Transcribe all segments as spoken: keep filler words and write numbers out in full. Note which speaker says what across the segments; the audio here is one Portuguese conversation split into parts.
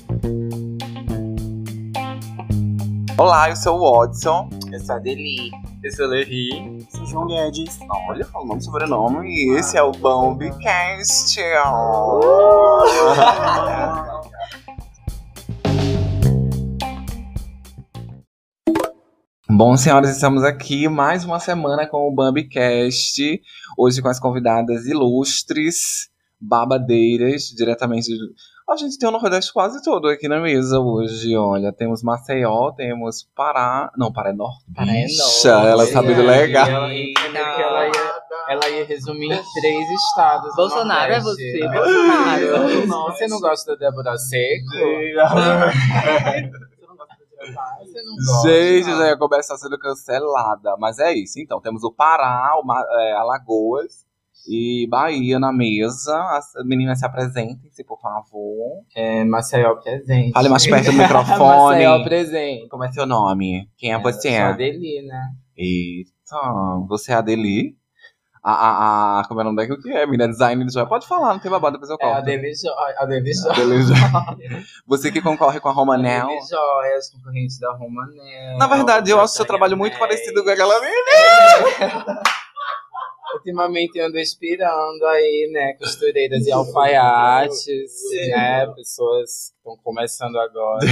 Speaker 1: Olá, eu sou o Watson.
Speaker 2: Eu sou a Deli.
Speaker 3: Eu sou o Lerri.
Speaker 4: Eu sou o João Guedes.
Speaker 1: Olha, fala o nome e sobrenome. E esse é o Bombcast. Bom, senhoras, estamos aqui mais uma semana com o Bombcast. Hoje com as convidadas ilustres, babadeiras, diretamente... A gente tem o Nordeste quase todo aqui na mesa hoje, olha. Temos Maceió, temos Pará... Não, Pará é Norte.
Speaker 2: Pará é
Speaker 1: Bicha,
Speaker 2: Norte.
Speaker 1: ela sabe do legal.
Speaker 2: Ela, que ela, ia, ela ia resumir em três estados.
Speaker 3: Bolsonaro é você, Bolsonaro.
Speaker 2: Nossa, você não gosta da Débora Seco? Você não gosta?
Speaker 1: Gente, já ia começar sendo cancelada. Mas é isso, então. Temos o Pará, o Ma- é, Alagoas e Bahia na mesa. As meninas se apresentem-se, por favor.
Speaker 2: É, Maceió presente.
Speaker 1: Fale mais perto do microfone.
Speaker 2: Maceió presente.
Speaker 1: Como é seu nome? Quem é você?
Speaker 2: Eu sou a Deli, né?
Speaker 1: Eita, você é a Adeli? A, a, a, como é o nome daqui? O que é? Menina design de joia. Pode falar, não tem babado, depois eu
Speaker 2: É a
Speaker 1: corto.
Speaker 2: Deli Joia. A Deli Joia.
Speaker 1: Deli Joia. Você que concorre com a Romanel.
Speaker 2: Deli Joia, as concorrentes da Romanel.
Speaker 1: Na verdade, eu acho seu trabalho muito parecido com aquela menina.
Speaker 2: Ultimamente eu ando inspirando aí, né, costureiras e alfaiates, né, pessoas que estão começando agora.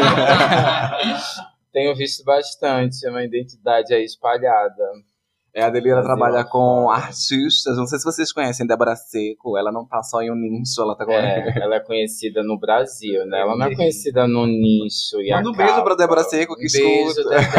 Speaker 2: Tenho visto bastante, é uma identidade aí espalhada.
Speaker 1: É, a Adeli, ela
Speaker 2: Brasil
Speaker 1: trabalha
Speaker 2: afora.
Speaker 1: com artistas. Não sei se vocês conhecem Débora Seco. Ela não tá só em um nicho, ela tá com...
Speaker 2: É, ela é conhecida no Brasil, né? Ela não é conhecida no nicho e
Speaker 1: Manda um
Speaker 2: acaba.
Speaker 1: beijo pra Débora Seco que
Speaker 2: Um beijo,
Speaker 1: escuta.
Speaker 2: Dedé.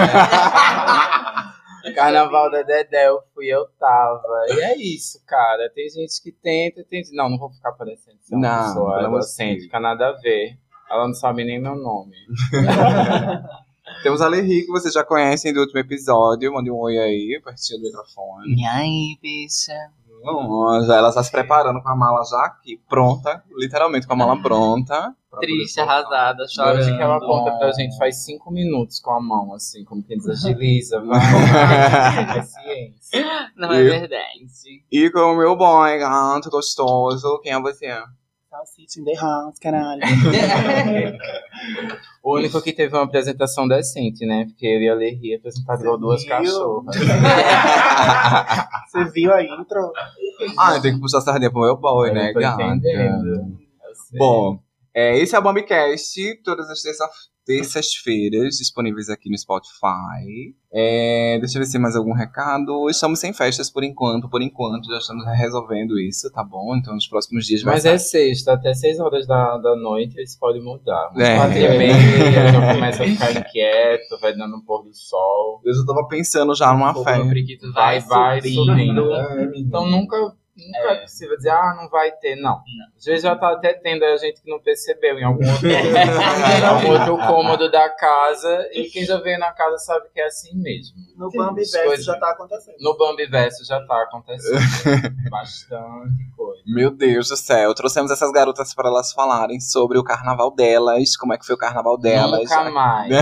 Speaker 2: Carnaval da Dedé, eu fui, eu tava. E é isso, cara. Tem gente que tenta, tem... Não, não vou ficar parecendo ser uma
Speaker 1: Não,
Speaker 2: pessoa
Speaker 1: pelo amor de
Speaker 2: egocêntrica, nada a ver. Ela não sabe nem meu nome.
Speaker 1: Temos a Lerri, que vocês já conhecem do último episódio. Mande um oi aí, pertinho do microfone.
Speaker 3: E aí, bicha?
Speaker 1: Hum, já ela está se preparando com a mala já aqui, pronta. Literalmente com a mala pronta.
Speaker 3: Triste, arrasada, chorando.
Speaker 2: Hoje que ela aponta pra gente faz cinco minutos com a mão, assim, como quem desagiliza, vai, vai, paciência.
Speaker 3: Não é
Speaker 1: E-
Speaker 3: verdade.
Speaker 1: E com o meu boy, gato gostoso. Quem é você?
Speaker 4: Salsicha in the house, caralho.
Speaker 2: O único que teve uma apresentação decente, né? Porque eu e a Lerri apresentaram igual duas
Speaker 4: viu?
Speaker 2: cachorras.
Speaker 4: Você viu a intro?
Speaker 1: Ah, tem que puxar a sardinha pro meu boy,
Speaker 2: Eu
Speaker 1: né,
Speaker 2: não tô
Speaker 1: gata?
Speaker 2: entendendo. Eu sei.
Speaker 1: Bom, é, esse é o Bombcast, todas as terça- terças-feiras, disponíveis aqui no Spotify. É, deixa eu ver se tem mais algum recado. Estamos sem festas por enquanto, por enquanto, já estamos resolvendo isso, tá bom? Então nos próximos dias vai
Speaker 2: Mas
Speaker 1: sair.
Speaker 2: é sexta, até seis horas da, da noite isso pode mudar. Mas
Speaker 1: É.
Speaker 2: quatro e meia já começa a ficar inquieto, vai dando um pôr do sol.
Speaker 1: Eu já tava pensando já numa
Speaker 3: O
Speaker 1: festa.
Speaker 3: periquito
Speaker 2: Vai, vai,
Speaker 3: subindo.
Speaker 2: subindo. Então nunca, nunca é. possível dizer, ah, não vai ter, não. Às vezes já tá até tendo a gente que não percebeu em algum outro, em algum outro cômodo da casa, e quem já veio na casa sabe que é assim mesmo.
Speaker 4: No Bambi
Speaker 2: As
Speaker 4: Verso
Speaker 2: coisas-
Speaker 4: já tá acontecendo.
Speaker 2: No Bambi Verso já tá acontecendo bastante coisa.
Speaker 1: Meu Deus do céu, trouxemos essas garotas para elas falarem sobre o carnaval delas, como é que foi o carnaval delas.
Speaker 2: Nunca mais.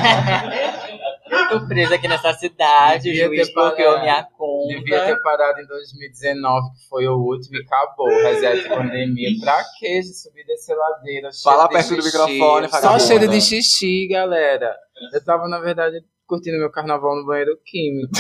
Speaker 3: Tô presa aqui nessa cidade, o
Speaker 2: Devia
Speaker 3: juiz
Speaker 2: ter
Speaker 3: bloqueou
Speaker 2: parado.
Speaker 3: minha conta.
Speaker 2: Devia ter parado em dois mil e dezenove, que foi o último, e acabou. Reset pandemia. Pra que de subir dessa ladeira?
Speaker 1: Fala
Speaker 2: cheio de
Speaker 1: perto do
Speaker 2: xixi?
Speaker 1: microfone,
Speaker 2: Só
Speaker 1: vagabunda.
Speaker 2: cheiro de xixi, galera. Eu tava, na verdade, curtindo meu carnaval no banheiro químico.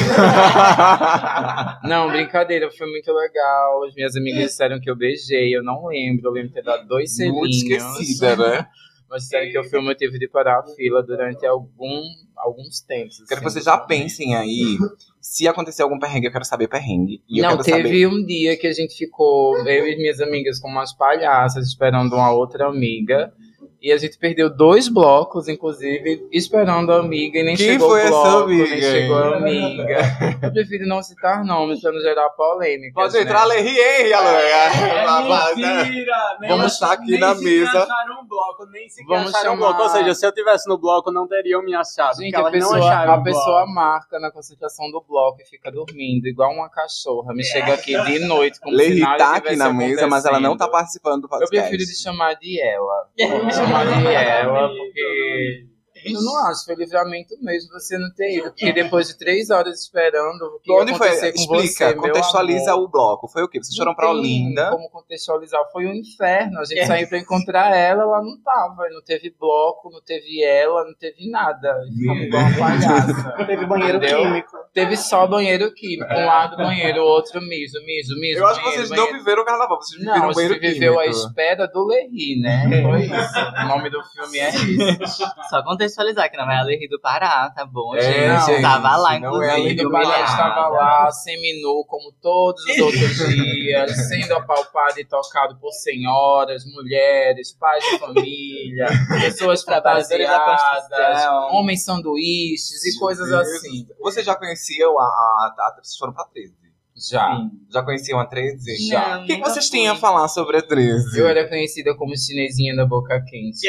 Speaker 2: Não, brincadeira, foi muito legal. As minhas amigas disseram que eu beijei, eu não lembro. Eu lembro de ter dado dois selinhos.
Speaker 1: Muito esquecida, né?
Speaker 2: Mas disseram que eu fui o motivo de parar a fila durante algum, alguns tempos.
Speaker 1: Quero que
Speaker 2: assim.
Speaker 1: vocês já pensem aí, se acontecer algum perrengue, eu quero saber perrengue. E eu
Speaker 2: Não,
Speaker 1: quero
Speaker 2: teve
Speaker 1: saber...
Speaker 2: um dia que a gente ficou, eu e minhas amigas, como umas palhaças, esperando uma outra amiga. E a gente perdeu dois blocos, inclusive, esperando a amiga, e nem
Speaker 1: Quem
Speaker 2: chegou
Speaker 1: foi
Speaker 2: o
Speaker 1: essa
Speaker 2: bloco,
Speaker 1: amiga,
Speaker 2: nem chegou a
Speaker 1: hein?
Speaker 2: amiga. Eu prefiro não citar nomes pra não gerar polêmica.
Speaker 1: Pode entrar, Lerri, hein, Aloy?
Speaker 4: Mentira!
Speaker 1: Vamos estar aqui na mesa.
Speaker 4: acharam um bloco, nem sequer
Speaker 2: Vamos
Speaker 4: acharam um
Speaker 2: chamar-
Speaker 4: bloco. Ou seja, se eu tivesse no bloco, não teriam me achado.
Speaker 2: Gente,
Speaker 4: porque
Speaker 2: a
Speaker 4: elas não
Speaker 2: pessoa,
Speaker 4: acharam
Speaker 2: a
Speaker 4: o
Speaker 2: pessoa
Speaker 4: bloco.
Speaker 2: marca na concentração do bloco e fica dormindo, igual uma cachorra. Me chega aqui de noite, como se
Speaker 1: Lerri
Speaker 2: nada
Speaker 1: tá aqui
Speaker 2: tivesse
Speaker 1: na mesa, mas ela não tá
Speaker 2: acontecendo.
Speaker 1: participando do
Speaker 2: Eu
Speaker 1: podcast.
Speaker 2: prefiro de chamar de ela. Eu vou me chamar de ela, porque Eu não acho, foi livramento mesmo você não ter ido. Porque depois de três horas esperando, o que
Speaker 1: Onde
Speaker 2: ia
Speaker 1: foi?
Speaker 2: acontecer com
Speaker 1: Explica,
Speaker 2: você, meu
Speaker 1: contextualiza
Speaker 2: amor?
Speaker 1: o bloco. Foi o quê? Vocês foram
Speaker 2: Não
Speaker 1: pra
Speaker 2: tem
Speaker 1: Olinda.
Speaker 2: como contextualizar, foi um inferno. A gente saiu pra encontrar ela, ela não tava. Não teve bloco, não teve ela, não teve nada. Ficamos igual uma palhaça.
Speaker 5: Teve banheiro
Speaker 2: Entendeu?
Speaker 5: químico.
Speaker 2: Teve só banheiro químico. Um lado banheiro, o outro miso, miso, miso.
Speaker 1: Eu acho que
Speaker 2: banheiro,
Speaker 1: vocês
Speaker 2: banheiro.
Speaker 1: não viveram o carnaval, vocês viveram
Speaker 2: Não,
Speaker 1: o
Speaker 2: a
Speaker 1: banheiro
Speaker 2: gente viveu à
Speaker 1: químico.
Speaker 2: espera do Lerri, né? Foi isso. O nome do filme é isso.
Speaker 3: Só contextualizar que não é a Lerri do Pará, tá bom,
Speaker 1: É,
Speaker 3: gente?
Speaker 1: gente,
Speaker 3: Tava lá,
Speaker 1: não é a Lerri
Speaker 3: inclusive,
Speaker 1: do
Speaker 2: O Pará
Speaker 1: humilhada.
Speaker 2: estava lá, seminu, como todos os outros dias, sendo apalpado e tocado por senhoras, mulheres, pais de família, pessoas
Speaker 3: Trabalhadores da
Speaker 2: fantasiadas,
Speaker 3: construção.
Speaker 2: homens sanduíches e coisas assim.
Speaker 1: Vocês já conheciam a, a, a, vocês foram pra treze?
Speaker 2: Já.
Speaker 1: Já conheciam a treze?
Speaker 2: Já.
Speaker 3: Não,
Speaker 1: O que, que
Speaker 3: nunca
Speaker 1: vocês
Speaker 3: fui.
Speaker 1: têm a falar sobre a treze?
Speaker 2: Eu era conhecida como chinesinha da boca quente.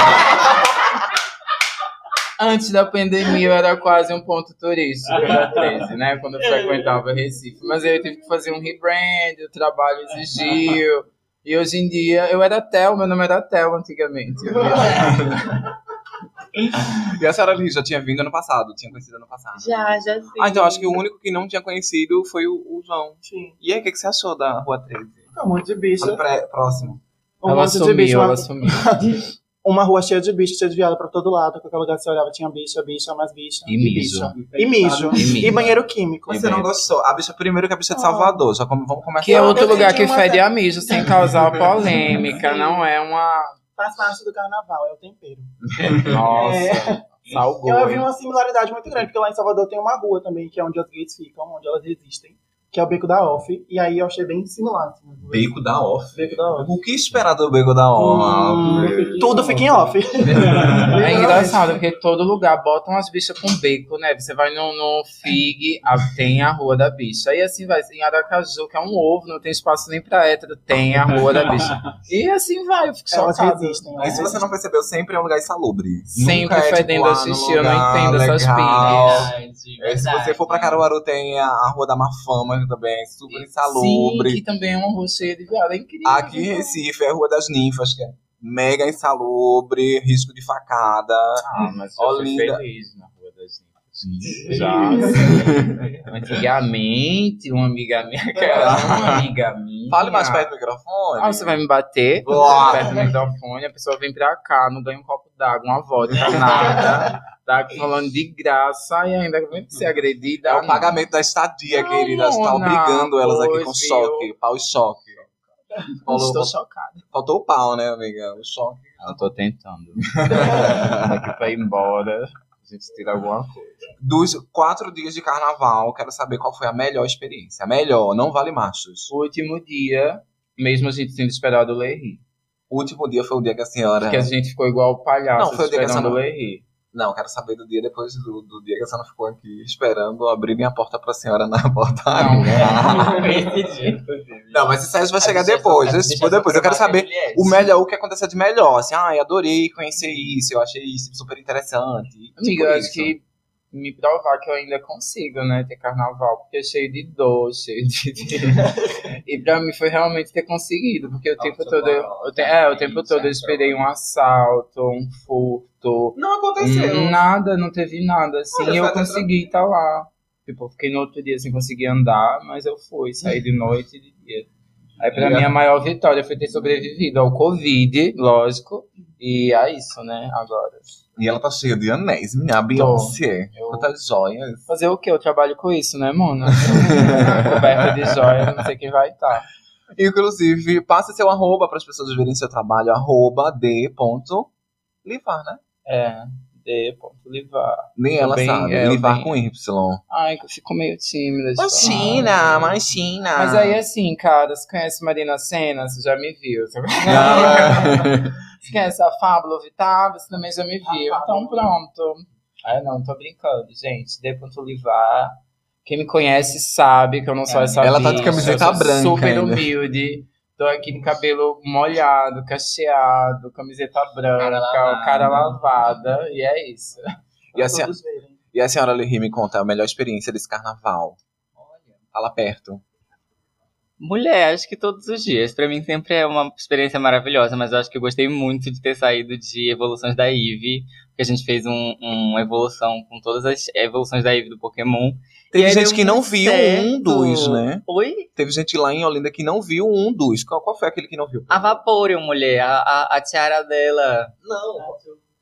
Speaker 2: Antes da pandemia, eu era quase um ponto turístico da treze, né? Quando eu frequentava Recife. Mas aí eu tive que fazer um rebrand, o trabalho exigiu. E hoje em dia, eu era Tel, meu nome era Tel antigamente.
Speaker 1: E a senhora Liz já tinha vindo ano passado, tinha conhecido ano passado.
Speaker 3: Já, já sim.
Speaker 1: Ah, então acho que o único que não tinha conhecido foi o, o João.
Speaker 5: Sim.
Speaker 1: E aí, o que, que você achou da Rua treze?
Speaker 5: Um monte de bicho.
Speaker 1: Pré- próximo.
Speaker 5: Um
Speaker 2: Ela
Speaker 5: monte de bicho.
Speaker 2: sumiu,
Speaker 5: Uma,
Speaker 2: ela sumiu.
Speaker 5: uma rua cheia de bicho, cheia de viado pra todo lado. Qualquer lugar que você olhava tinha bicha, bicha, mais bicha.
Speaker 2: E mijo.
Speaker 5: bicha. E mijo.
Speaker 2: E mijo.
Speaker 5: E banheiro químico.
Speaker 1: Você não gostou? A bicha, primeiro que a bicha é de Salvador, já come- vamos começar.
Speaker 2: Que é outro
Speaker 5: Eu
Speaker 2: lugar
Speaker 5: senti
Speaker 2: que
Speaker 5: uma
Speaker 2: fede
Speaker 5: certa-
Speaker 2: a mijo, sem causar polêmica. Não é uma...
Speaker 5: Faz parte do carnaval, é o tempero.
Speaker 2: Nossa, salgou.
Speaker 5: Eu vi
Speaker 2: hein?
Speaker 5: uma similaridade muito grande, porque lá em Salvador tem uma rua também, que é onde as gays ficam, onde elas resistem, que é o Beco da Off. E aí eu achei bem similar. Assim,
Speaker 1: Beco da Off.
Speaker 5: Beco da Off.
Speaker 1: O que esperar do Beco da Off?
Speaker 5: Hum, tudo fica em off.
Speaker 2: É engraçado, porque todo lugar botam as bichas com beco, né? Você vai no, no Fig, a- tem a Rua da Bicha. Aí assim vai, em Aracaju, que é um ovo, não tem espaço nem pra hétero, tem a Rua da Bicha. E assim vai, eu fico
Speaker 5: Elas
Speaker 2: chocado.
Speaker 5: resistem.
Speaker 1: Mas se você não percebeu, sempre é um lugar insalubre.
Speaker 2: Sempre
Speaker 1: Nunca é,
Speaker 2: fedendo
Speaker 1: tipo,
Speaker 2: a
Speaker 1: ah, num
Speaker 2: xixi, eu não
Speaker 1: lugar
Speaker 2: entendo essas
Speaker 1: legal.
Speaker 2: pigas.
Speaker 1: É, se você for pra Caruaru, tem a, a Rua da Má Fama, que também é super
Speaker 2: Sim,
Speaker 1: insalubre.
Speaker 2: que também é uma rua cheia de viado, é incrível.
Speaker 1: Aqui em Recife é a Rua das Ninfas, que é mega insalubre, risco de facada.
Speaker 2: Ah, mas eu fui
Speaker 1: Olinda.
Speaker 2: feliz na Rua das Ninfas. Já. Antigamente, uma amiga minha, cara, uma amiga minha.
Speaker 1: Fale mais perto do microfone.
Speaker 2: Ah, você vai me bater
Speaker 1: Uau.
Speaker 2: perto do microfone, a pessoa vem pra cá, não ganha um copo d'água, uma vodka, nada. Tá aqui falando de graça e ainda vai ser agredida.
Speaker 1: É o
Speaker 2: não.
Speaker 1: pagamento da estadia,
Speaker 2: Não,
Speaker 1: querida. Você tá
Speaker 2: não,
Speaker 1: obrigando elas aqui com
Speaker 2: pois,
Speaker 1: choque, pau e choque. Falou-
Speaker 2: Estou chocada.
Speaker 1: Faltou o pau, né, amiga? O choque.
Speaker 2: Eu tô tentando. Daqui pra ir embora, a gente tira alguma coisa.
Speaker 1: Dos quatro dias de carnaval, quero saber qual foi a melhor experiência. A melhor, não vale machos.
Speaker 2: O último dia, mesmo a gente tendo esperado o Lerri.
Speaker 1: O último dia foi o dia que a senhora...
Speaker 2: Porque a gente ficou igual o palhaço
Speaker 1: Não, foi o dia que a
Speaker 2: esperando o
Speaker 1: senhora-
Speaker 2: Lerri.
Speaker 1: Não, quero saber do dia depois do, do dia que a senhora ficou aqui esperando abrirem a porta pra senhora na portaria. Não, mas isso aí vai chegar depois. Isso for depois. Eu quero saber o melhor, o que aconteceu de melhor. Assim, ai, adorei conhecer isso, eu achei isso super interessante.
Speaker 2: Amiga,
Speaker 1: Tipo
Speaker 2: eu
Speaker 1: isso.
Speaker 2: acho que me provar que eu ainda consigo, né, ter carnaval, porque é cheio de dor, cheio de... E pra mim foi realmente ter conseguido, porque o tempo todo, eu, eu te- é, o tempo todo eu esperei um assalto, um furto,
Speaker 1: Não aconteceu.
Speaker 2: um- nada, não teve nada, assim,
Speaker 1: Olha,
Speaker 2: e eu
Speaker 1: foi até
Speaker 2: consegui estar lá. Tipo, eu fiquei no outro dia sem conseguir andar, mas eu fui, saí de noite e de dia. Aí pra
Speaker 1: E a-
Speaker 2: mim a maior vitória foi ter sobrevivido ao Covid, lógico, e a isso, né, agora.
Speaker 1: E ela tá cheia de anéis, minha a Beyoncé.
Speaker 2: Eu-
Speaker 1: Quantas joias.
Speaker 2: Fazer o quê? Eu trabalho com isso, né, Mona? Coberta de joia, não sei quem vai estar.
Speaker 1: Inclusive, passe seu arroba para as pessoas verem seu trabalho, arroba d.livar, né?
Speaker 2: É, D. Livar.
Speaker 1: Nem
Speaker 2: Tô
Speaker 1: ela
Speaker 2: bem,
Speaker 1: sabe.
Speaker 2: é, eu
Speaker 1: Livar
Speaker 2: bem-
Speaker 1: com Y.
Speaker 2: Ai, que eu fico meio tímida. de
Speaker 1: Imagina,
Speaker 2: falar.
Speaker 1: imagina.
Speaker 2: Mas aí, assim, cara, você conhece Marina Senna? Você já me viu. Você
Speaker 1: Não,
Speaker 2: Você conhece a Fábula Vittar? Você também já me viu. Então, pronto. Ah, não, tô brincando, gente. D. Livar. Quem me conhece sabe que eu não sou essa
Speaker 1: ela tá de
Speaker 2: bicha,
Speaker 1: camiseta
Speaker 2: eu sou
Speaker 1: branca
Speaker 2: super
Speaker 1: ainda.
Speaker 2: humilde. Tô aqui de cabelo molhado, cacheado, camiseta branca,
Speaker 3: Cara lavada.
Speaker 2: cara lavada. E é isso.
Speaker 1: E a, senhora,
Speaker 5: Todos verem.
Speaker 1: e a senhora Lirri me conta a melhor experiência desse carnaval. Fala perto.
Speaker 3: Mulher, acho que todos os dias. Pra mim sempre é uma experiência maravilhosa, mas eu acho que eu gostei muito de ter saído de evoluções da Eevee, porque a gente fez um, uma evolução com todas as evoluções da Eevee do Pokémon.
Speaker 1: Teve
Speaker 3: E aí
Speaker 1: gente
Speaker 3: deu
Speaker 1: que não
Speaker 3: muito
Speaker 1: viu
Speaker 3: certo.
Speaker 1: um dos, né?
Speaker 3: Oi?
Speaker 1: Teve gente lá em Olinda que não viu um dos. Qual, qual foi aquele que não viu?
Speaker 3: A Vaporeon, mulher, a, a, a tiara dela.
Speaker 1: Não.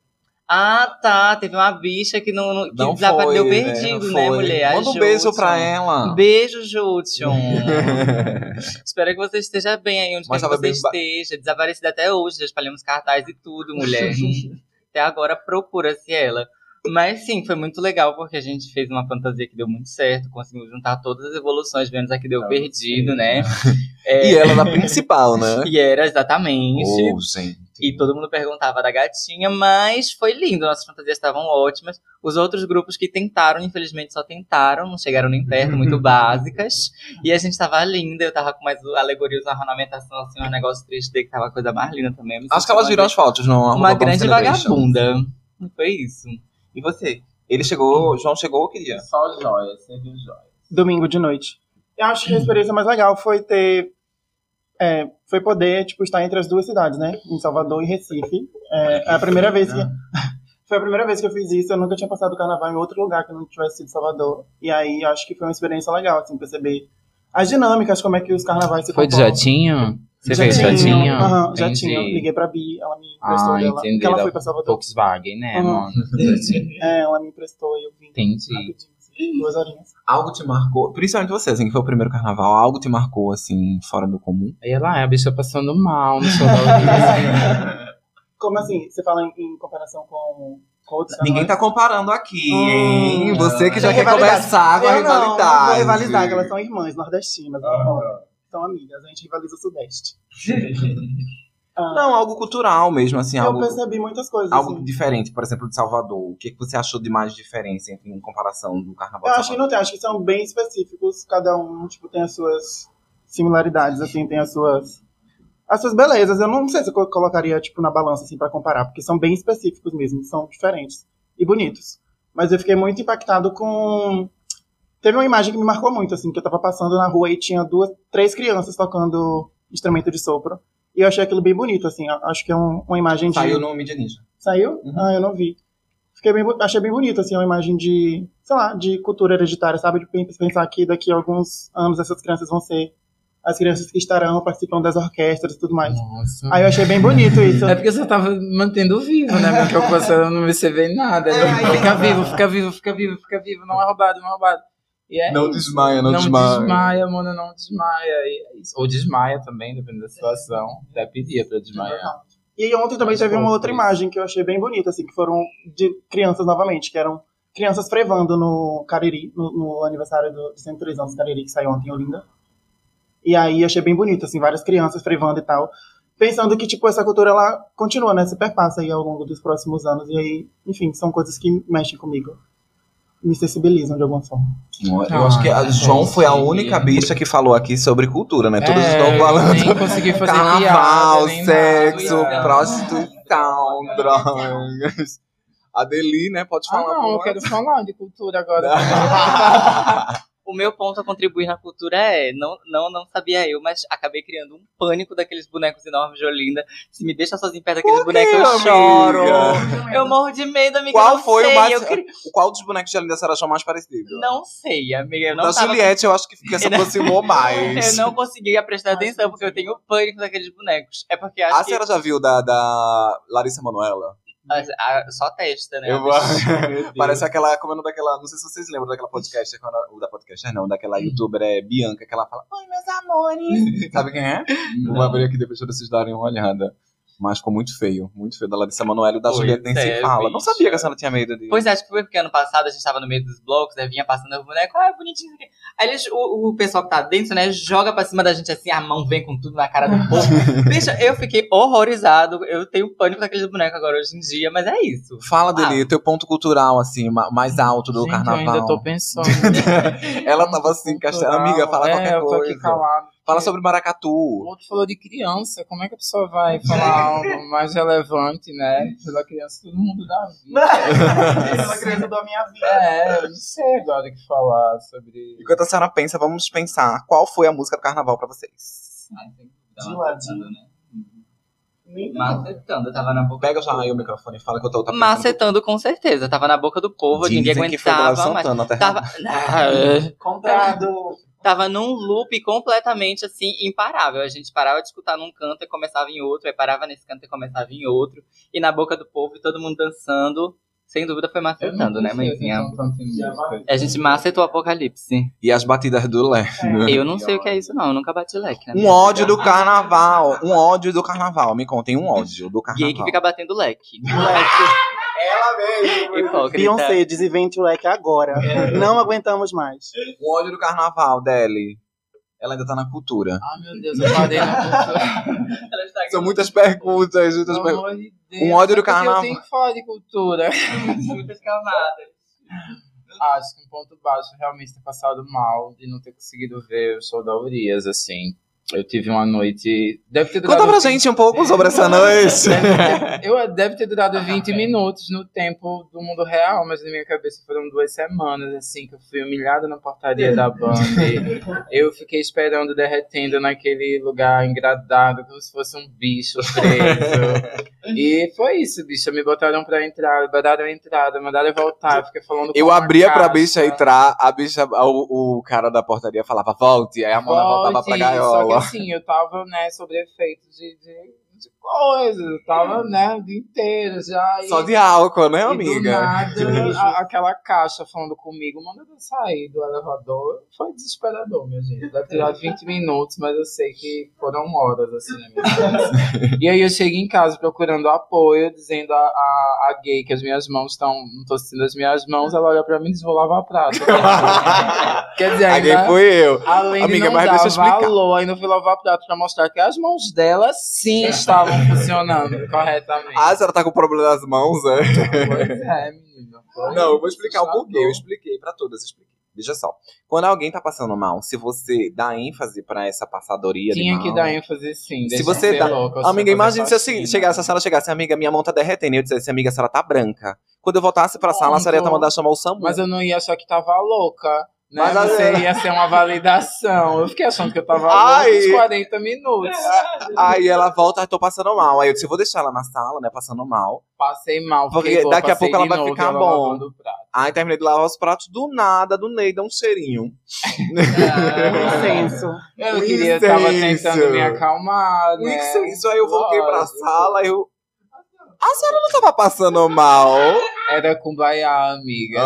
Speaker 3: Ah, tá. Teve uma bicha que não, não, que
Speaker 1: Não
Speaker 3: desapareceu,
Speaker 1: foi,
Speaker 3: deu
Speaker 1: né?
Speaker 3: perdido,
Speaker 1: Não
Speaker 3: né,
Speaker 1: foi.
Speaker 3: mulher? A
Speaker 1: Manda um beijo
Speaker 3: Jútion.
Speaker 1: pra ela.
Speaker 3: Beijo, Jútion. Espero que você esteja bem aí onde
Speaker 1: Mas
Speaker 3: quer que
Speaker 1: tava
Speaker 3: você
Speaker 1: bem ba-
Speaker 3: esteja. Desaparecida até hoje, já espalhamos cartaz e tudo, mulher. Até agora procura-se ela. Mas sim, foi muito legal porque a gente fez uma fantasia que deu muito certo. Conseguimos juntar todas as evoluções, menos a que deu perdido, né? É,
Speaker 1: E ela da principal, né?
Speaker 3: e era exatamente.
Speaker 1: Oh, gente.
Speaker 3: E todo mundo perguntava da gatinha, mas foi lindo, nossas fantasias estavam ótimas. Os outros grupos que tentaram, infelizmente só tentaram, não chegaram nem perto, muito básicas. E a gente tava linda, eu tava com mais alegorias na ornamentação, assim, um negócio três D que tava a coisa mais linda também. Eu me
Speaker 1: Acho
Speaker 3: senti
Speaker 1: que elas
Speaker 3: uma
Speaker 1: viram
Speaker 3: grande-
Speaker 1: as fotos no
Speaker 3: Uma
Speaker 1: arroba
Speaker 3: grande
Speaker 1: Bomb Celebration.
Speaker 3: vagabunda. Foi isso.
Speaker 1: E você? Ele chegou, João chegou ou queria?
Speaker 2: Só joias, você viu joias.
Speaker 5: Domingo de noite. Eu acho que a experiência mais legal foi ter. É, foi poder, tipo, estar entre as duas cidades, né? Em Salvador e Recife. É, é a primeira vez que. Foi a primeira vez que eu fiz isso. Eu nunca tinha passado o carnaval em outro lugar que não tivesse sido Salvador. E aí eu acho que foi uma experiência legal, assim, perceber as dinâmicas, como é que os carnavais se
Speaker 2: Foi de
Speaker 5: comportam.
Speaker 2: jatinho? Você
Speaker 5: Já
Speaker 2: fez
Speaker 5: tinha,
Speaker 2: jatinho?
Speaker 5: aham, já
Speaker 2: Entendi.
Speaker 5: tinha. Liguei pra Bi, ela me emprestou
Speaker 2: Ah,
Speaker 5: dela.
Speaker 2: entendi.
Speaker 5: Porque ela
Speaker 2: Da
Speaker 5: foi pra Salvador.
Speaker 2: Volkswagen, né,
Speaker 5: Uhum.
Speaker 2: mano?
Speaker 5: É, ela me emprestou e eu vim
Speaker 2: Entendi.
Speaker 5: rapidinho, assim, duas horinhas.
Speaker 1: Algo te marcou, principalmente você, assim, que foi o primeiro carnaval, algo te marcou, assim, fora do comum?
Speaker 2: E ela é a bicha passando mal no show da Olivia.
Speaker 5: Como assim? Você fala em, em comparação com, com outros
Speaker 1: Ninguém tá
Speaker 5: carnavais?
Speaker 1: comparando aqui,
Speaker 5: Hum,
Speaker 1: hein? Você que já
Speaker 5: Tem
Speaker 1: quer
Speaker 5: rivalidade.
Speaker 1: começar com a
Speaker 5: Eu não, não
Speaker 1: rivalidade.
Speaker 5: vou rivalizar, que elas são irmãs nordestinas. Ah. São amigas, a gente rivaliza o Sudeste. Ah,
Speaker 1: Não, algo cultural mesmo, assim,
Speaker 5: eu
Speaker 1: algo,
Speaker 5: percebi muitas coisas.
Speaker 1: algo
Speaker 5: assim.
Speaker 1: diferente, por exemplo, de Salvador. O que, que você achou de mais diferença entre, em comparação do carnaval
Speaker 5: Eu
Speaker 1: de
Speaker 5: acho que
Speaker 1: Salvador?
Speaker 5: não tem, acho que são bem específicos, cada um tipo, tem as suas similaridades, assim, tem as suas, as suas belezas. Eu não sei se eu colocaria tipo, na balança assim, pra comparar, porque são bem específicos mesmo, são diferentes e bonitos. Mas eu fiquei muito impactado com... Teve uma imagem que me marcou muito, assim, que eu tava passando na rua e tinha duas, três crianças tocando instrumento de sopro. E eu achei aquilo bem bonito, assim, eu acho que é um- uma imagem de...
Speaker 1: Saiu no Mídia Ninja.
Speaker 5: Saiu?
Speaker 1: Uhum.
Speaker 5: Ah, eu não vi. Fiquei bem, bo- achei bem bonito, assim, uma imagem de, sei lá, de cultura hereditária, sabe? De pen- pensar que daqui a alguns anos essas crianças vão ser as crianças que estarão participando das orquestras e tudo mais.
Speaker 2: Nossa.
Speaker 5: Aí eu achei bem bonito isso.
Speaker 2: É porque você tava mantendo vivo, né? Porque você não recebeu nada.
Speaker 5: É, aí-
Speaker 2: Fica vivo, fica vivo, fica vivo, fica vivo. Não é roubado, não é roubado. E é
Speaker 1: Não
Speaker 2: isso.
Speaker 1: desmaia, não
Speaker 2: Não
Speaker 1: desmaia.
Speaker 2: desmaia, mano, não desmaia. E é isso. Ou desmaia também, dependendo da situação. Até pedia pra desmaiar.
Speaker 5: E aí ontem também
Speaker 2: Mas
Speaker 5: teve uma
Speaker 2: como
Speaker 5: outra
Speaker 2: foi?
Speaker 5: imagem que eu achei bem bonita, assim, que foram de crianças novamente, que eram crianças frevando no Cariri, no, no aniversário do, de cento e três anos do Cariri, que saiu ontem em Olinda. E aí achei bem bonito, assim, várias crianças frevando e tal. Pensando que, tipo, essa cultura, ela continua, né? Se perpassa aí ao longo dos próximos anos. E aí, enfim, são coisas que mexem comigo. Me sensibilizam de alguma forma.
Speaker 1: Eu acho que a
Speaker 2: Ah,
Speaker 1: João foi a
Speaker 2: sim.
Speaker 1: única bicha que falou aqui sobre cultura, né? Todos
Speaker 2: É,
Speaker 1: estão
Speaker 2: eu
Speaker 1: falando
Speaker 2: nem consegui fazer
Speaker 1: carnaval,
Speaker 2: piada, nem
Speaker 1: sexo,
Speaker 2: nada.
Speaker 1: prostituição, drogas. Adeli, né? Pode
Speaker 2: Ah,
Speaker 1: falar.
Speaker 2: não, eu
Speaker 1: por
Speaker 2: quero falar de cultura agora.
Speaker 3: O meu ponto a contribuir na cultura é, não, não, não sabia eu, mas acabei criando um pânico daqueles bonecos enormes de Olinda. Se me deixa sozinho perto daqueles
Speaker 1: Por quê,
Speaker 3: bonecos, eu
Speaker 1: amiga?
Speaker 3: choro. Eu morro de medo, amiga.
Speaker 1: Qual
Speaker 3: não
Speaker 1: foi
Speaker 3: sei,
Speaker 1: o mais.
Speaker 3: Eu cri-
Speaker 1: Qual dos bonecos de Olinda você achou mais parecido?
Speaker 3: Não sei, amiga. Eu não
Speaker 1: da
Speaker 3: tava...
Speaker 1: Juliette, eu acho que, que se
Speaker 3: Eu não-
Speaker 1: aproximou mais.
Speaker 3: Eu não conseguia prestar atenção, porque eu tenho pânico daqueles bonecos. É porque acho
Speaker 1: A
Speaker 3: que...
Speaker 1: senhora já viu da, da Larissa Manoela?
Speaker 3: a- a- só testa, né?
Speaker 1: Eu vou- Parece aquela, como é o nome daquela, não sei se vocês lembram daquela podcaster, quando, o da podcaster não, daquela youtuber é Bianca, que ela fala, oi meus amores. Sabe quem é? Vou abrir aqui depois pra vocês darem uma olhada. Mas ficou muito feio, muito feio. Da Larissa Manoela e da
Speaker 3: Pois
Speaker 1: Juliette nem se
Speaker 3: é,
Speaker 1: fala. Não
Speaker 3: bicha.
Speaker 1: sabia que a senhora tinha medo de...
Speaker 3: Pois é, acho que foi porque ano passado a gente tava no meio dos blocos, aí vinha passando o boneco, ah, bonitinho. isso aqui. Aí eles, o, o pessoal que tá dentro, né, joga pra cima da gente assim, a mão vem com tudo na cara do povo. Bicha, eu fiquei horrorizado, eu tenho pânico daqueles bonecos agora hoje em dia, mas é isso.
Speaker 1: Fala, Deli, teu ponto cultural, assim, ma- mais alto do
Speaker 2: Gente,
Speaker 1: carnaval.
Speaker 2: eu ainda tô pensando.
Speaker 1: Ela tava assim, castela, amiga, fala
Speaker 2: é,
Speaker 1: qualquer
Speaker 2: eu tô
Speaker 1: coisa.
Speaker 2: aqui calado.
Speaker 1: Fala sobre
Speaker 2: O
Speaker 1: maracatu.
Speaker 2: outro falou de criança. Como é que a pessoa vai falar algo mais relevante, né? Pela criança, todo mundo dá vida.
Speaker 5: Pela criança da minha vida.
Speaker 2: É, eu não sei agora o que falar sobre.
Speaker 1: Enquanto a senhora pensa, vamos pensar qual foi a música do carnaval pra vocês.
Speaker 5: De ladinho. Nem
Speaker 3: Macetando, tava na boca.
Speaker 1: Pega já aí o microfone e fala que eu tô... Tá pensando
Speaker 3: Macetando com certeza, tava na boca do povo,
Speaker 1: que-
Speaker 3: ninguém
Speaker 1: Dizem que foi Bela
Speaker 3: aguentava, mas
Speaker 1: Santana, até
Speaker 3: tava,
Speaker 5: comprado.
Speaker 3: tava num loop completamente assim, imparável. A gente parava de escutar num canto e começava em outro, aí parava nesse canto e começava em outro, e na boca do povo e todo mundo dançando. Sem dúvida foi macetando, né, mãezinha? A gente macetou o apocalipse.
Speaker 1: E as batidas do Lé.
Speaker 3: Eu não sei o que é isso, não. Eu nunca bati leque. Né?
Speaker 1: Um ódio do carnaval. Um ódio do carnaval. Me contem um ódio do carnaval.
Speaker 3: Gay que fica batendo leque.
Speaker 5: Ela mesmo.
Speaker 3: Hipócrita.
Speaker 5: Beyoncé, desinvente o leque agora. Não aguentamos mais.
Speaker 1: Um ódio do carnaval, Deli. Ela ainda tá na cultura.
Speaker 2: Ah, meu Deus, eu parei na cultura.
Speaker 1: São muitas perguntas, muitas
Speaker 2: Pelo
Speaker 1: perguntas.
Speaker 2: amor de Deus.
Speaker 1: Um ódio do
Speaker 2: É porque
Speaker 1: carnaval.
Speaker 2: Eu tenho que falar de cultura.
Speaker 3: Muitas camadas.
Speaker 2: Acho que um ponto baixo realmente ter passado mal de não ter conseguido ver o show da Urias, assim. Eu tive uma noite. Deve ter durado.
Speaker 1: Conta pra gente um pouco sobre essa noite.
Speaker 2: Eu deve ter durado vinte minutos no tempo do mundo real, mas na minha cabeça foram duas semanas, assim, que eu fui humilhada na portaria da banda. Eu fiquei esperando, derretendo naquele lugar engradado, como se fosse um bicho preso. E foi isso, bicho. Me botaram pra entrar, botaram a entrada, mandaram eu voltar, fiquei falando com
Speaker 1: Eu
Speaker 2: uma
Speaker 1: abria pra
Speaker 2: caixa.
Speaker 1: bicha entrar, a bicha, o, o cara da portaria falava, volte, aí a Mona voltava pra
Speaker 2: Volte, Só que
Speaker 1: gaiola.
Speaker 2: assim, eu tava, né, sobre efeitos de, de, de coisas. Eu tava, né, o dia inteiro já.
Speaker 1: Só de álcool, né,
Speaker 2: E do
Speaker 1: amiga?
Speaker 2: nada, a- aquela caixa falando comigo, manda eu sair do elevador. Foi desesperador, minha gente. Deve ter durado vinte minutos, mas eu sei que foram horas, assim, na minha cabeça. E aí eu chego em casa procurando apoio, dizendo a, a, a gay que as minhas mãos estão. Não tô sentindo as minhas mãos, ela olha pra mim e diz: vou lavar prato. Quer dizer,
Speaker 1: A quem
Speaker 2: ainda,
Speaker 1: fui eu.
Speaker 2: além
Speaker 1: Amiga,
Speaker 2: de não
Speaker 1: mas
Speaker 2: dar
Speaker 1: deixa eu explicar.
Speaker 2: valor, ainda fui lavar prato pra mostrar que as mãos dela sim estavam funcionando corretamente.
Speaker 1: Ah, a senhora tá com problema nas mãos, né?
Speaker 2: Pois é, menina. Foi
Speaker 1: Não, eu vou explicar o
Speaker 2: assustador.
Speaker 1: porquê. Eu expliquei pra todas, expliquei. Veja só. Quando alguém tá passando mal, se você dá ênfase pra essa passadoria de
Speaker 2: Tinha
Speaker 1: mal...
Speaker 2: que dar ênfase sim.
Speaker 1: Se
Speaker 2: deixa
Speaker 1: você
Speaker 2: eu ser
Speaker 1: dá-
Speaker 2: louca, eu
Speaker 1: Amiga,
Speaker 2: sei
Speaker 1: imagine se
Speaker 2: fazer
Speaker 1: assim,
Speaker 2: faxina.
Speaker 1: chegasse, a senhora chegasse, amiga, minha mão tá derretendo, e eu dissesse, amiga, a senhora tá branca. Quando eu voltasse pra sala, a senhora ia
Speaker 2: Pronto.
Speaker 1: mandar chamar o SAMU.
Speaker 2: Mas eu não ia achar que tava louca. Né?
Speaker 1: Mas a-
Speaker 2: Você ia ser uma validação. Eu fiquei achando que eu tava
Speaker 1: Ai.
Speaker 2: louca uns quarenta minutos.
Speaker 1: Aí ela volta, tô passando mal. Aí eu disse, vou deixar ela na sala, né, passando mal.
Speaker 2: Passei mal.
Speaker 1: Porque
Speaker 2: fiquei boa,
Speaker 1: daqui a
Speaker 2: passei
Speaker 1: pouco ela
Speaker 2: de
Speaker 1: vai
Speaker 2: novo,
Speaker 1: ficar
Speaker 2: ela
Speaker 1: bom.
Speaker 2: lavando o prato.
Speaker 1: Aí terminei de lavar os pratos, do nada, do Ney, dá um cheirinho.
Speaker 5: Incenso.
Speaker 2: Eu
Speaker 1: Um
Speaker 2: queria, tava
Speaker 1: incenso.
Speaker 2: tentando me acalmar,
Speaker 1: Um
Speaker 2: né?
Speaker 1: incenso, aí eu voltei pra
Speaker 2: Lógico.
Speaker 1: sala, eu... A senhora não tava passando mal?
Speaker 2: Era Kumbaya, amiga.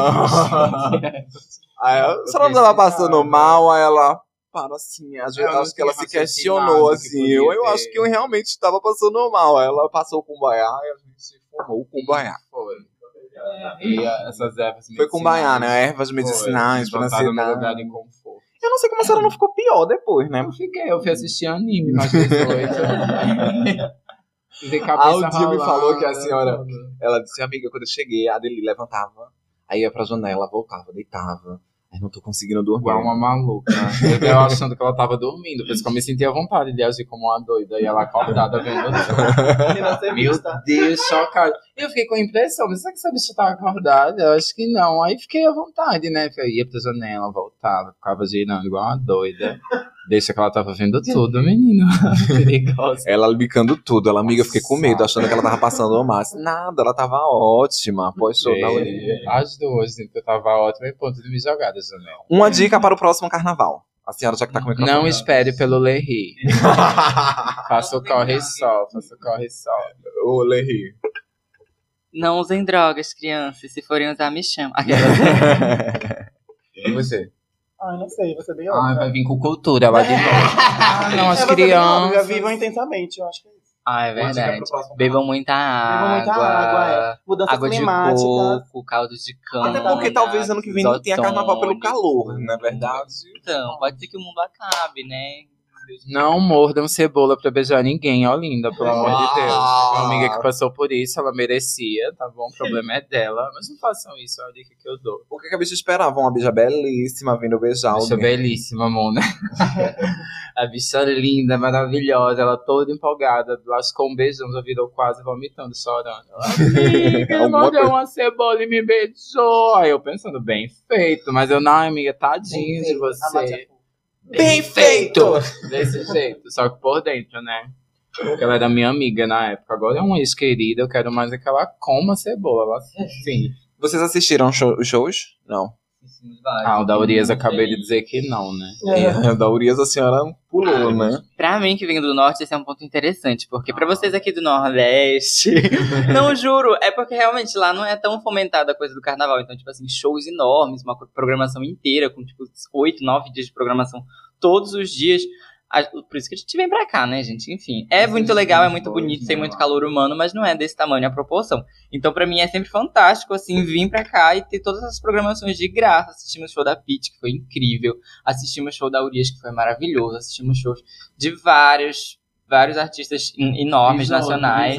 Speaker 1: Aí a senhora não tava passando mal, aí ela... Para assim, às vezes,
Speaker 2: Eu não
Speaker 1: acho que ela
Speaker 2: tinha
Speaker 1: se questionou,
Speaker 2: raciocinado que
Speaker 1: assim.
Speaker 2: podia
Speaker 1: Eu, eu
Speaker 2: ter.
Speaker 1: acho que eu realmente estava passando mal. Aí ela passou o Kumbaya e a gente fumou o Kumbaya.
Speaker 2: Foi. E essas ervas
Speaker 1: Foi Kumbaya,
Speaker 2: medicinais.
Speaker 1: né? Ervas medicinais,
Speaker 2: Foi.
Speaker 1: pra
Speaker 2: Botaram no lugar
Speaker 1: ansiedade.
Speaker 2: de conforto.
Speaker 1: Eu não sei como a senhora não ficou pior depois, né?
Speaker 2: Eu fiquei, eu fui assistir anime mais dezoito. Fiquei
Speaker 1: Ah,
Speaker 2: cabeça
Speaker 1: um dia me
Speaker 2: rolando,
Speaker 1: falou que a senhora-
Speaker 2: tudo.
Speaker 1: Ela disse, amiga, quando eu cheguei, a Adeli levantava, aí ia pra janela, voltava, deitava. Aí não tô conseguindo dormir.
Speaker 2: Igual uma maluca. Eu achando que ela tava dormindo, por isso que eu me sentia à vontade de agir como uma doida. E ela acordada vendo tudo. Meu Deus, chocada. E eu fiquei com a impressão, mas será que essa bicha tava acordada? Eu acho que não. Aí fiquei à vontade, né? Eu ia pra janela, voltava, ficava girando igual uma doida. Deixa que ela tava vendo tudo, menino. Perigosa.
Speaker 1: Ela bicando tudo. Ela, amiga, eu fiquei com medo, achando que ela tava passando mal. Nada, ela tava ótima. Após show da Olivia.
Speaker 2: As duas, dizendo que eu tava ótima e ponto de me jogar da janela.
Speaker 1: Uma dica para o próximo carnaval. A senhora já que tá com o microfone.
Speaker 2: Não espere pelo Lerri. Faça o corre sol, faça o corre sol.
Speaker 1: Ô, Lerri.
Speaker 3: Não usem drogas, crianças. Se forem usar, me chamam. Aquela.
Speaker 1: E você?
Speaker 5: Ai, não sei, você é bem
Speaker 2: Ah,
Speaker 5: óbvio.
Speaker 2: vai vir com cultura lá de novo. Ah, não, as
Speaker 5: É, você é bem óbvia,
Speaker 2: crianças.
Speaker 5: vivam intensamente, eu acho que é isso.
Speaker 3: Ah, é
Speaker 1: Uma dica
Speaker 3: verdade.
Speaker 1: pro próximo
Speaker 3: Bebam muita água.
Speaker 5: Bebam muita água, é. Mudanças
Speaker 3: Água de
Speaker 5: climáticas.
Speaker 3: coco, caldo de cana.
Speaker 1: Até porque talvez ano que vem não tenha carnaval pelo calor, não é verdade?
Speaker 3: Então, pode ser que o mundo acabe, né?
Speaker 2: Não mordam cebola pra beijar ninguém, ó, linda, pelo amor de Deus. Uma amiga que passou por isso, ela merecia, tá bom? O problema é dela. Mas não façam isso, é a dica que eu dou.
Speaker 1: O que, que a bicha esperava? Uma bicha belíssima vindo beijar
Speaker 2: Bicha
Speaker 1: alguém.
Speaker 2: belíssima, amor, né? A bicha linda, maravilhosa, ela toda empolgada, lascou um beijão, já virou quase vomitando, chorando. Amiga,
Speaker 1: Alguma
Speaker 2: mordeu
Speaker 1: coisa-
Speaker 2: uma cebola e me beijou. Aí eu pensando, bem feito, mas eu, não, amiga, tadinho de você.
Speaker 1: Bem feito!
Speaker 2: Desse jeito, só que por dentro, né? Porque ela era minha amiga na época, agora é uma ex-querida, eu quero mais é que ela coma cebola, ela, enfim.
Speaker 1: Vocês assistiram show- os shows? Não.
Speaker 2: Ah, o da Urias acabei de dizer que não, né?
Speaker 1: É, da Urias a senhora pulou, né?
Speaker 3: Pra mim, que venho do norte, esse é um ponto interessante. Porque pra vocês aqui do Nordeste... não, juro. É porque realmente lá não é tão fomentada a coisa do carnaval. Então, tipo assim, shows enormes, uma programação inteira, com tipo oito, nove dias de programação todos os dias. A- Por isso que a gente vem pra cá, né, gente? Enfim, é muito legal, é muito bonito, tem muito calor humano, mas não é desse tamanho a proporção. Então, pra mim, é sempre fantástico, assim, vir pra cá e ter todas essas programações de graça. Assistimos o show da Pitty, que foi incrível. Assistimos o show da Urias, que foi maravilhoso. Assistimos shows de vários, vários artistas en- enormes, nacionais.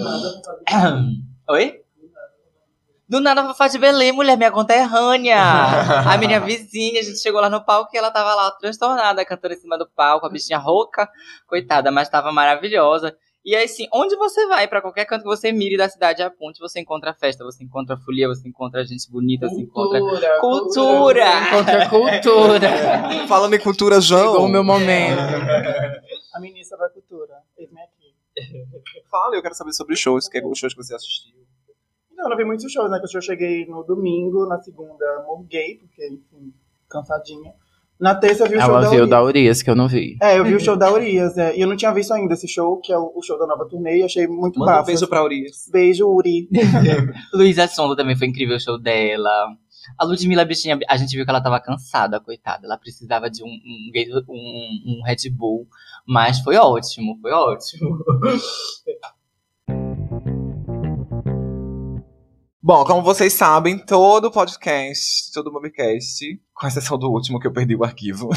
Speaker 3: Oi? Do nada, a Fafá de Belém, mulher, minha conterrânea. A minha vizinha, a gente chegou lá no palco e ela tava lá transtornada, cantando em cima do palco, a bichinha rouca, coitada, mas tava maravilhosa. E aí, sim, onde você vai, pra qualquer canto que você mire da cidade a ponte, você encontra festa, você encontra folia, você encontra gente bonita, você encontra cultura.
Speaker 2: Encontra cultura.
Speaker 1: Falando em cultura, João.
Speaker 2: Chegou o meu momento.
Speaker 5: A ministra da Cultura. Eis-me aqui.
Speaker 1: Fala, eu quero saber sobre os shows. Que é os shows que você assistiu?
Speaker 5: Não, eu não vi muitos shows, né? Que eu cheguei no domingo, na segunda morguei, porque, enfim, cansadinha. Na terça eu vi o show
Speaker 2: Ela
Speaker 5: da
Speaker 2: viu
Speaker 5: Urias.
Speaker 2: da Urias, que eu não vi.
Speaker 5: É, eu vi o show da Urias, é, e eu não tinha visto ainda esse show, que é o, o show da nova turnê, e achei muito
Speaker 1: Manda um
Speaker 5: bafo.
Speaker 1: beijo pra Urias.
Speaker 5: Beijo, Uri.
Speaker 3: Luísa Sonda também foi incrível o show dela. A Ludmilla, bichinha, a gente viu que ela tava cansada, coitada. Ela precisava de um, um, um, um Red Bull. Mas foi ótimo, foi ótimo.
Speaker 1: Bom, como vocês sabem, todo podcast, todo podcast, com exceção do último que eu perdi o arquivo,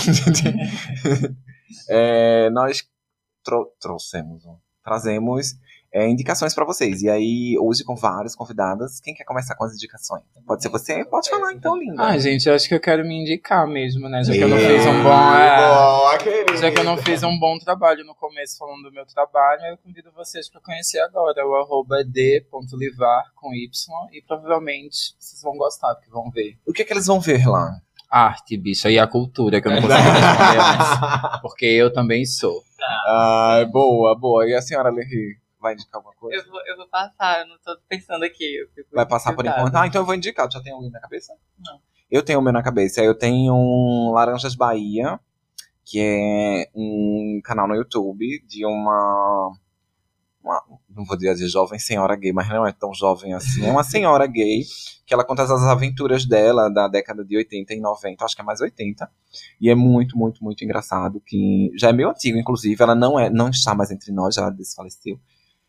Speaker 1: é, nós tro- trouxemos, ó, trazemos é, indicações pra vocês. E aí, hoje com várias convidadas, quem quer começar com as indicações? Pode ser você? Pode falar então, linda.
Speaker 2: Ah, gente, eu acho que eu quero me indicar mesmo, né? Já que eu não fiz um bom... é,
Speaker 1: Boa, querida.
Speaker 2: Já que eu não fiz um bom trabalho no começo falando do meu trabalho, eu convido vocês para conhecer agora o arroba d ponto livar com Y e provavelmente vocês vão gostar, porque vão ver.
Speaker 1: O que é que eles vão ver lá?
Speaker 2: Arte, bicha, e a cultura, que eu não consigo responder antes, porque eu também sou.
Speaker 1: Ah, boa, boa. E a senhora Lerry, vai indicar alguma coisa?
Speaker 3: Eu vou, eu vou passar, eu não tô pensando aqui. Eu fico
Speaker 1: Vai passar por
Speaker 3: dificultada.
Speaker 1: enquanto? Ah, então eu vou indicar. Já tem alguém na cabeça? Não. Eu tenho o meu na cabeça. Eu tenho um Laranjas Bahia, que é um canal no YouTube de uma... uma- não vou dizer jovem senhora gay, mas não é tão jovem assim. É uma senhora gay, que ela conta as aventuras dela da década de oitenta e noventa, acho que é mais oitenta. E é muito, muito, muito engraçado, que já é meio antigo, inclusive. Ela não, é, não está mais entre nós, ela desfaleceu.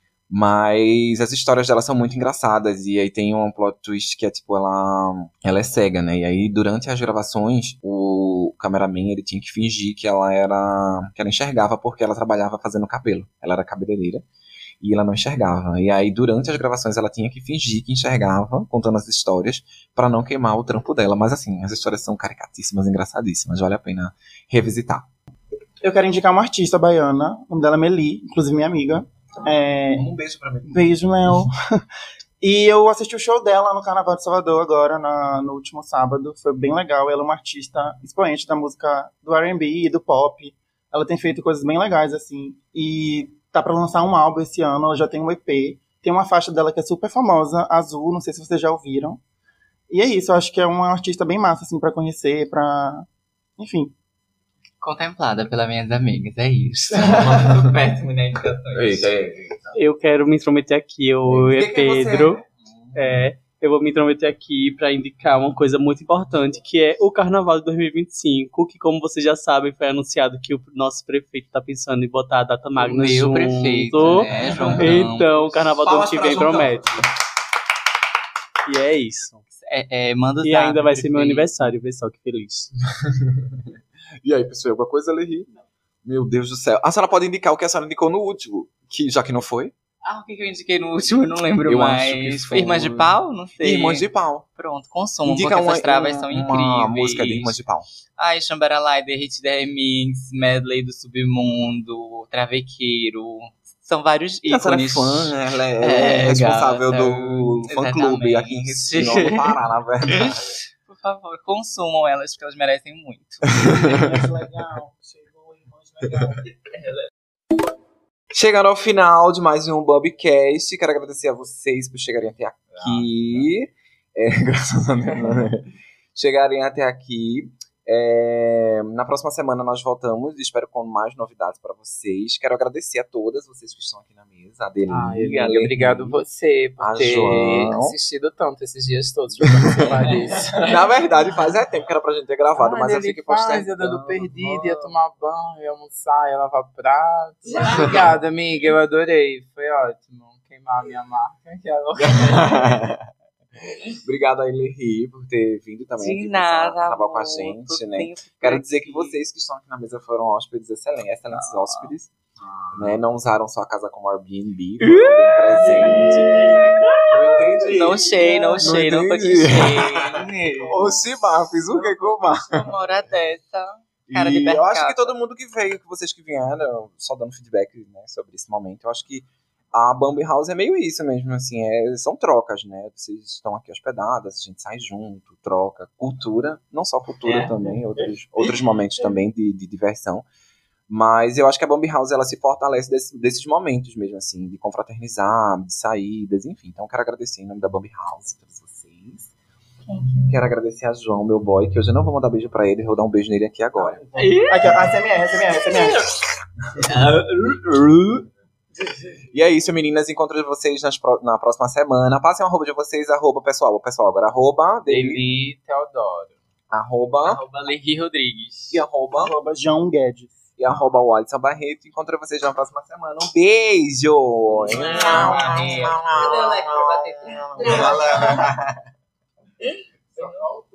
Speaker 1: Mas as histórias dela são muito engraçadas. E aí tem um plot twist que é tipo, ela, ela é cega, né? E aí durante as gravações, o cameraman, ele tinha que fingir que ela era... que ela enxergava porque ela trabalhava fazendo cabelo. Ela era cabeleireira e ela não enxergava. E aí durante as gravações ela tinha que fingir que enxergava, contando as histórias, pra não queimar o trampo dela. Mas assim, as histórias são caricatíssimas, engraçadíssimas. Vale a pena revisitar.
Speaker 5: Eu quero indicar uma artista baiana, o nome dela é Meli, inclusive minha amiga. É,
Speaker 1: Um beijo pra mim.
Speaker 5: beijo, Mel. E eu assisti o show dela no Carnaval de Salvador agora, na- no último sábado. Foi bem legal. Ela é uma artista expoente da música do R and B e do pop. Ela tem feito coisas bem legais, assim. E tá pra lançar um álbum esse ano, ela já tem um E P. Tem uma faixa dela que é super famosa, Azul, não sei se vocês já ouviram. E é isso, eu acho que é uma artista bem massa, assim, pra conhecer, pra... Enfim.
Speaker 3: Contemplada pelas minhas amigas, é isso. Tô péssimo nas indicações.
Speaker 4: Eu quero me intrometer aqui, eu e
Speaker 1: Quem que é você?
Speaker 4: Pedro. É, eu vou me intrometer aqui para indicar uma coisa muito importante, que é o Carnaval de dois mil e vinte e cinco, que, como vocês já sabem, foi anunciado que o nosso prefeito está pensando em botar a data magna
Speaker 3: Meu
Speaker 4: junto.
Speaker 3: prefeito, né, João Campos?
Speaker 4: Então, o Carnaval do ano
Speaker 1: Palmas
Speaker 4: que
Speaker 1: pra
Speaker 4: vem
Speaker 1: João
Speaker 4: promete. E é isso.
Speaker 3: É, é, manda os
Speaker 4: E
Speaker 3: dados,
Speaker 4: ainda vai ser meu
Speaker 3: prefeito.
Speaker 4: aniversário, pessoal, que feliz.
Speaker 1: E aí, pessoal, alguma coisa, Lerry? Meu Deus do céu. A senhora pode indicar o que a senhora indicou no último, que, já que não foi?
Speaker 3: Ah, o que que eu indiquei no último? Eu não lembro
Speaker 1: Eu
Speaker 3: mais.
Speaker 1: acho que foi-
Speaker 3: Irmãs de Pau? Não sei.
Speaker 1: Irmãs de Pau.
Speaker 3: Pronto, consumam,
Speaker 1: Indica
Speaker 3: porque
Speaker 1: uma,
Speaker 3: essas travas
Speaker 1: uma,
Speaker 3: são
Speaker 1: uma
Speaker 3: incríveis.
Speaker 1: música de Irmãs de Pau.
Speaker 3: Ai, Xambaralai, The Hit The Remix, Medley do Submundo, Travequeiro. São vários
Speaker 1: A senhora é
Speaker 3: ícones.
Speaker 1: fã, ela é,
Speaker 3: É,
Speaker 1: ela é responsável
Speaker 3: gata.
Speaker 1: do fã-clube aqui em Recife,
Speaker 3: Exatamente.
Speaker 1: no Pará, na verdade.
Speaker 3: Por favor, consumam elas, porque elas merecem muito.
Speaker 5: Irmãs legal. Chegou, irmãs legal.
Speaker 1: Chegando ao final de mais um Bobcast, quero agradecer a vocês por chegarem até aqui. É, graças a Deus. Chegarem até aqui. É, na próxima semana nós voltamos, espero com mais novidades para vocês. Quero agradecer a todas vocês que estão aqui na mesa. A Adeli,
Speaker 2: Ai,
Speaker 1: a
Speaker 2: amiga,
Speaker 1: Leni,
Speaker 2: obrigado você por
Speaker 1: a
Speaker 2: ter
Speaker 1: João.
Speaker 2: assistido tanto esses dias todos pra participar disso.
Speaker 1: Na verdade, faz é tempo que era pra gente ter gravado, mas eu
Speaker 2: ele
Speaker 1: fiquei
Speaker 2: faz,
Speaker 1: postando.
Speaker 2: eu dando perdido, ia tomar banho, ia almoçar, ia lavar prato. Obrigada, amiga, eu adorei. Foi ótimo. Queimar a minha marca. Que ela...
Speaker 1: Obrigado a Elerri por ter vindo também
Speaker 3: De
Speaker 1: aqui
Speaker 3: nada,
Speaker 1: gravar com a
Speaker 3: amor,
Speaker 1: gente,
Speaker 3: tô
Speaker 1: né?
Speaker 3: sempre
Speaker 1: Quero
Speaker 3: aqui.
Speaker 1: dizer que vocês que estão aqui na mesa foram hóspedes excelentes, excelentes hóspedes, né? Não usaram sua casa como Airbnb, foram bem presente. Não entendi.
Speaker 3: Não sei, não sei, não tô
Speaker 1: entendi.
Speaker 3: aqui.
Speaker 1: Ô, Simar, fiz o que com o Mar?
Speaker 3: Uma hora dessa. Cara de
Speaker 1: E eu acho
Speaker 3: percata.
Speaker 1: que todo mundo que veio, que vocês que vieram, só dando feedback, né, sobre esse momento, eu acho que a Bambi House é meio isso mesmo, assim, é, são trocas, né? Vocês estão aqui hospedadas, a gente sai junto, troca, cultura, não só cultura
Speaker 4: É.
Speaker 1: também, outros, outros momentos também de, de diversão. Mas eu acho que a Bambi House, ela se fortalece desse, desses momentos mesmo, assim, de confraternizar, de saídas, enfim. Então, eu quero agradecer em nome da Bambi House, a todos vocês. Quero agradecer a João, meu boy, que hoje eu não vou mandar beijo pra ele, vou dar um beijo nele aqui agora.
Speaker 5: Aqui, ó. A C M R, A C M R, A C M R.
Speaker 1: E é isso, meninas. Encontro vocês nas pro- na próxima semana. Passem o arroba de vocês, arroba pessoal. O pessoal agora, arroba David,
Speaker 2: Eli Teodoro.
Speaker 1: arroba
Speaker 3: Arroba Lerri Rodrigues.
Speaker 1: e arroba
Speaker 5: Arroba João Guedes.
Speaker 1: e arroba o Alisson Barreto. Encontro vocês na próxima semana. Um beijo!
Speaker 3: Cadê o like pra bater?
Speaker 2: Só falta